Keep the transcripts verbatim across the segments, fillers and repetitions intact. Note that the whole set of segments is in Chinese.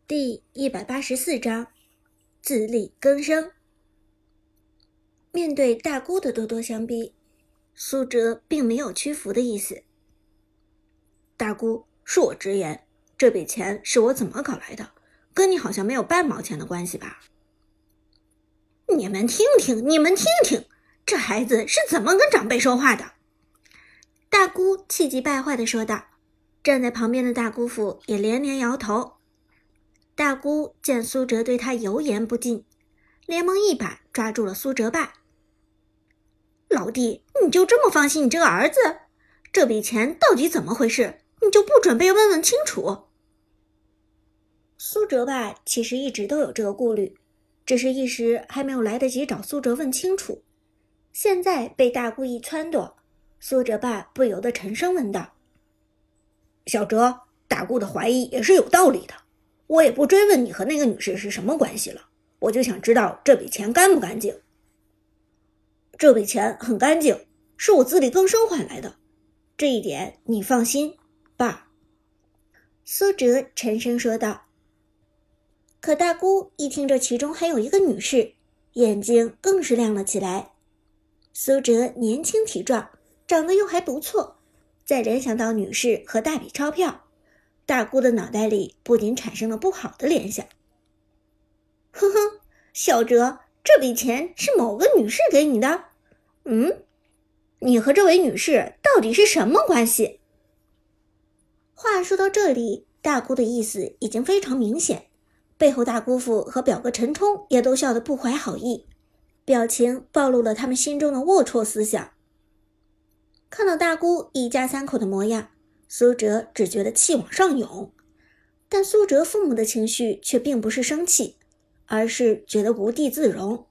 第一百八十四章自力更生。面对大姑的咄咄相逼，苏哲并没有屈服的意思。大姑，恕我直言，这笔钱是我怎么搞来的，跟你好像没有半毛钱的关系吧？你们听听，你们听听，这孩子是怎么跟长辈说话的？大姑气急败坏地说道。站在旁边的大姑父也连连摇头。大姑见苏哲对他油盐不进，连忙一把抓住了苏哲爸。老弟，你就这么放心你这个儿子？这笔钱到底怎么回事？你就不准备问问清楚？苏哲爸其实一直都有这个顾虑，只是一时还没有来得及找苏哲问清楚。现在被大姑一撺掇，苏哲爸不由得沉声问道：小哲，大姑的怀疑也是有道理的，我也不追问你和那个女士是什么关系了，我就想知道这笔钱干不干净。这笔钱很干净，是我自力更生换来的，这一点你放心，爸。苏哲沉声说道。可大姑一听这其中还有一个女士，眼睛更是亮了起来。苏哲年轻体壮，长得又还不错，再联想到女士和大笔钞票，大姑的脑袋里不仅产生了不好的联想。哼哼，小哲，这笔钱是某个女士给你的？嗯，你和这位女士到底是什么关系？话说到这里，大姑的意思已经非常明显，背后大姑父和表哥陈冲也都笑得不怀好意，表情暴露了他们心中的龌龊思想。看到大姑一家三口的模样，苏哲只觉得气往上涌，但苏哲父母的情绪却并不是生气，而是觉得无地自容。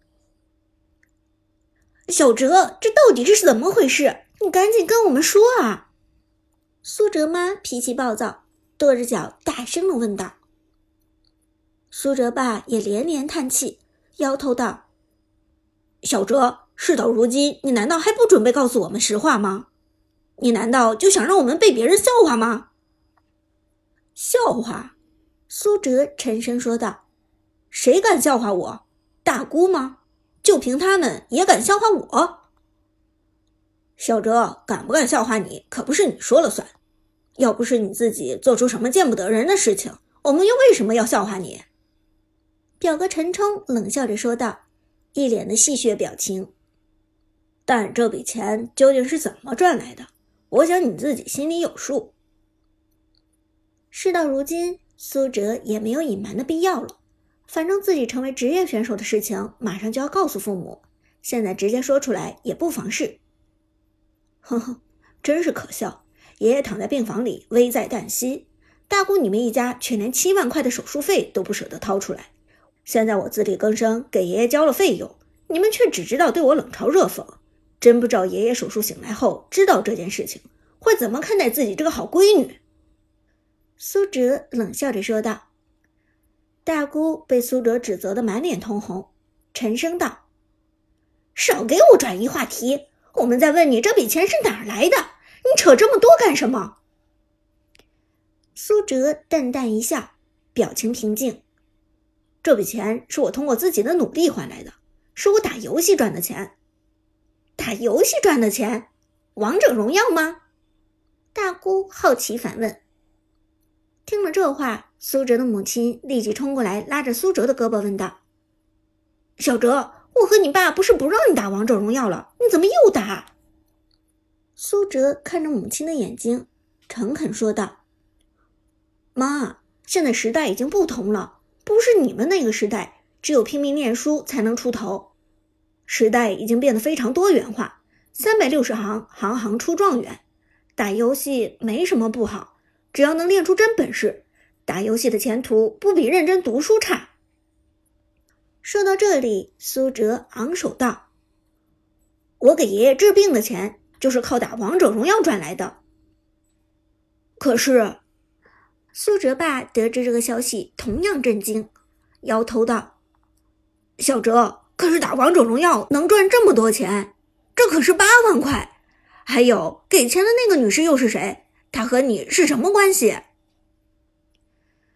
小哲，这到底是怎么回事？你赶紧跟我们说啊！苏哲妈脾气暴躁，跺着脚大声地问道。苏哲爸也连连叹气，摇头道：小哲，事到如今，你难道还不准备告诉我们实话吗？你难道就想让我们被别人笑话吗？笑话？苏哲沉声说道。谁敢笑话我？大姑吗？就凭他们也敢笑话我？小哲，敢不敢笑话你，可不是你说了算。要不是你自己做出什么见不得人的事情，我们又为什么要笑话你？表哥陈冲冷笑着说道，一脸的戏谑表情。但这笔钱究竟是怎么赚来的，我想你自己心里有数。事到如今，苏哲也没有隐瞒的必要了，反正自己成为职业选手的事情马上就要告诉父母，现在直接说出来也不妨事。呵呵，真是可笑，爷爷躺在病房里危在旦夕，大姑你们一家却连七万块的手术费都不舍得掏出来，现在我自力更生给爷爷交了费用，你们却只知道对我冷嘲热讽，真不知道爷爷手术醒来后知道这件事情会怎么看待自己这个好闺女。苏哲冷笑着说道。大姑被苏哲指责的满脸通红，沉声道：少给我转移话题，我们在问你这笔钱是哪儿来的，你扯这么多干什么？苏哲淡淡一笑，表情平静。这笔钱是我通过自己的努力换来的，是我打游戏赚的钱。打游戏赚的钱？王者荣耀吗？大姑好奇反问。听了这话，苏哲的母亲立即冲过来拉着苏哲的胳膊问道：小哲，我和你爸不是不让你打王者荣耀了，你怎么又打？苏哲看着母亲的眼睛，诚恳说道：妈，现在时代已经不同了，不是你们那个时代只有拼命念书才能出头，时代已经变得非常多元化，三百六十行，行行出状元，打游戏没什么不好，只要能练出真本事，打游戏的前途不比认真读书差。说到这里，苏哲昂首道：我给爷爷治病的钱就是靠打王者荣耀赚来的。可是，苏哲爸得知这个消息同样震惊，摇头道：小哲，可是打王者荣耀能赚这么多钱，这可是八万块，还有给钱的那个女士又是谁？她和你是什么关系？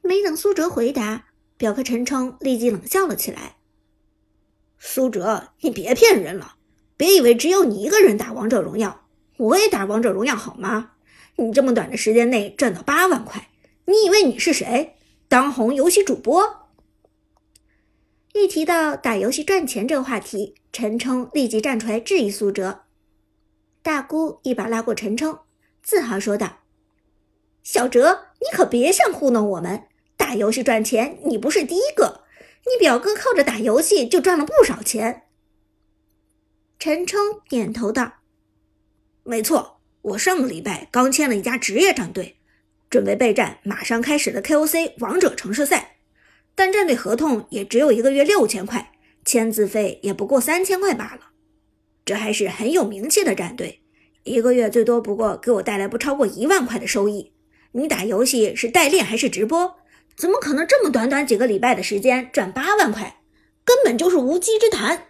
没等苏哲回答，表哥陈冲立即冷笑了起来。 苏哲，你别骗人了，别以为只有你一个人打王者荣耀，我也打王者荣耀好吗？你这么短的时间内赚到八万块，你以为你是谁？当红游戏主播？ 一提到打游戏赚钱这个话题，陈冲立即站出来质疑苏哲。大姑一把拉过陈冲，自豪说道：小哲，你可别想糊弄我们，打游戏赚钱你不是第一个，你表哥靠着打游戏就赚了不少钱。陈冲点头道： 没错，我上个礼拜刚签了一家职业战队，准备备战马上开始的 K O C 王者城市赛，但战队合同也只有一个月六千块，签字费也不过三千块罢了。这还是很有名气的战队，一个月最多不过给我带来不超过一万块的收益。你打游戏是代练还是直播？怎么可能这么短短几个礼拜的时间赚八万块？根本就是无稽之谈。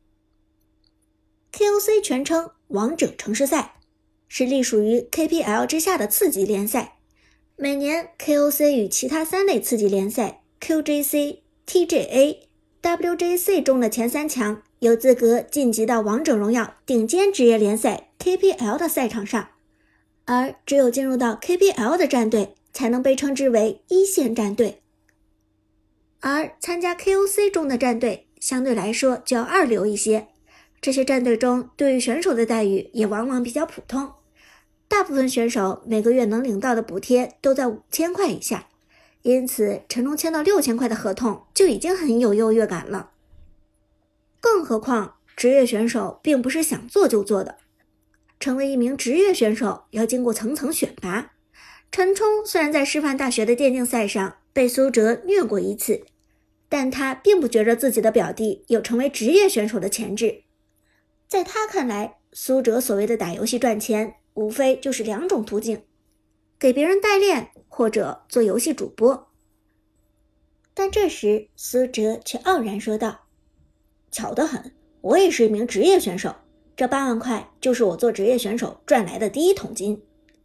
K O C 全称王者城市赛，是隶属于 K P L 之下的次级联赛。每年 K O C 与其他三类次级联赛 Q J C、T J A、W J C 中的前三强有资格晋级到王者荣耀顶尖职业联赛 K P L 的赛场上，而只有进入到 K P L 的战队才能被称之为一线战队。而参加 K O C 中的战队相对来说就要二流一些，这些战队中对于选手的待遇也往往比较普通，大部分选手每个月能领到的补贴都在五千块以下，因此陈冲签到六千块的合同就已经很有优越感了。更何况职业选手并不是想做就做的，成为一名职业选手要经过层层选拔。陈冲虽然在师范大学的电竞赛上被苏哲虐过一次，但他并不觉得自己的表弟有成为职业选手的潜质。在他看来，苏哲所谓的打游戏赚钱无非就是两种途径，给别人代练或者做游戏主播。但这时苏哲却傲然说道：巧得很，我也是一名职业选手，这八万块就是我做职业选手赚来的第一桶金。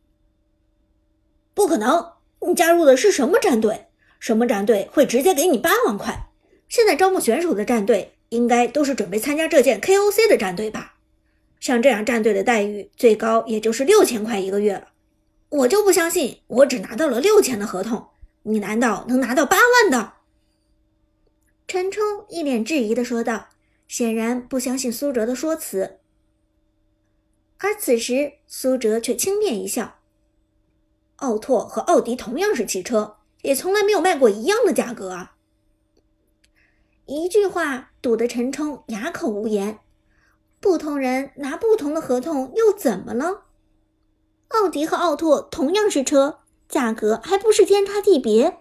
不可能，你加入的是什么战队？什么战队会直接给你八万块？现在招募选手的战队应该都是准备参加这届 K O C 的战队吧？像这样战队的待遇最高也就是六千块一个月了，我就不相信我只拿到了六千的合同，你难道能拿到八万的？ 陈冲一脸质疑地说道，显然不相信苏哲的说辞。而此时苏哲却轻蔑一笑： 奥拓和奥迪同样是汽车，也从来没有卖过一样的价格啊。 一句话堵得陈冲哑口无言。不同人拿不同的合同又怎么了？奥迪和奥拓同样是车，价格还不是天差地别。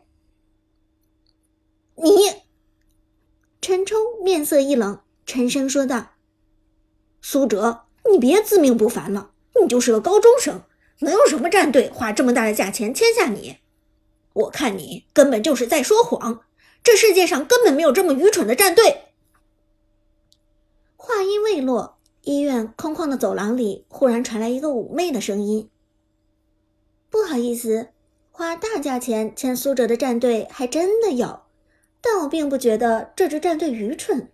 你…… 陈冲面色一冷，沉声说道： 苏哲，你别自命不凡了，你就是个高中生，能有什么战队花这么大的价钱签下你？我看你根本就是在说谎，这世界上根本没有这么愚蠢的战队。 话音未落，医院空旷的走廊里忽然传来一个妩媚的声音：不好意思，花大价钱签苏哲的战队还真的有，但我并不觉得这支战队愚蠢。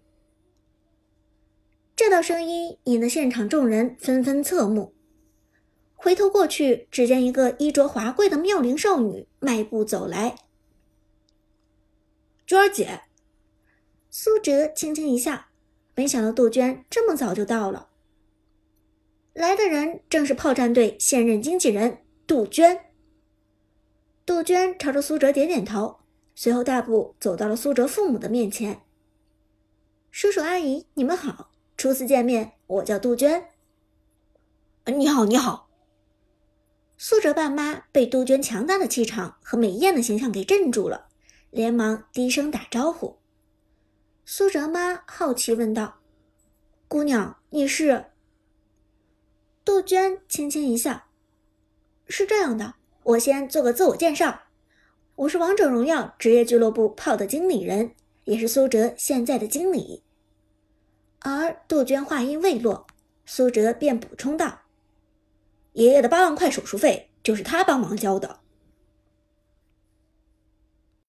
这道声音引得现场众人纷纷侧目，回头过去，只见一个衣着华贵的妙龄少女迈步走来。 娟儿姐， 苏哲轻轻一笑，没想到杜鹃这么早就到了。来的人正是炮战队现任经纪人杜鹃。杜鹃朝着苏哲点点头，随后大步走到了苏哲父母的面前。叔叔阿姨，你们好，初次见面，我叫杜鹃。 你好，你好。 苏哲爸妈被杜鹃强大的气场和美艳的形象给镇住了，连忙低声打招呼。苏哲妈好奇问道：姑娘，你是？杜鹃轻轻一笑：是这样的，我先做个自我介绍，我是王者荣耀职业俱乐部炮的经理人，也是苏哲现在的经理。而杜鹃话音未落，苏哲便补充道： 爷爷的八万块手术费就是他帮忙交的。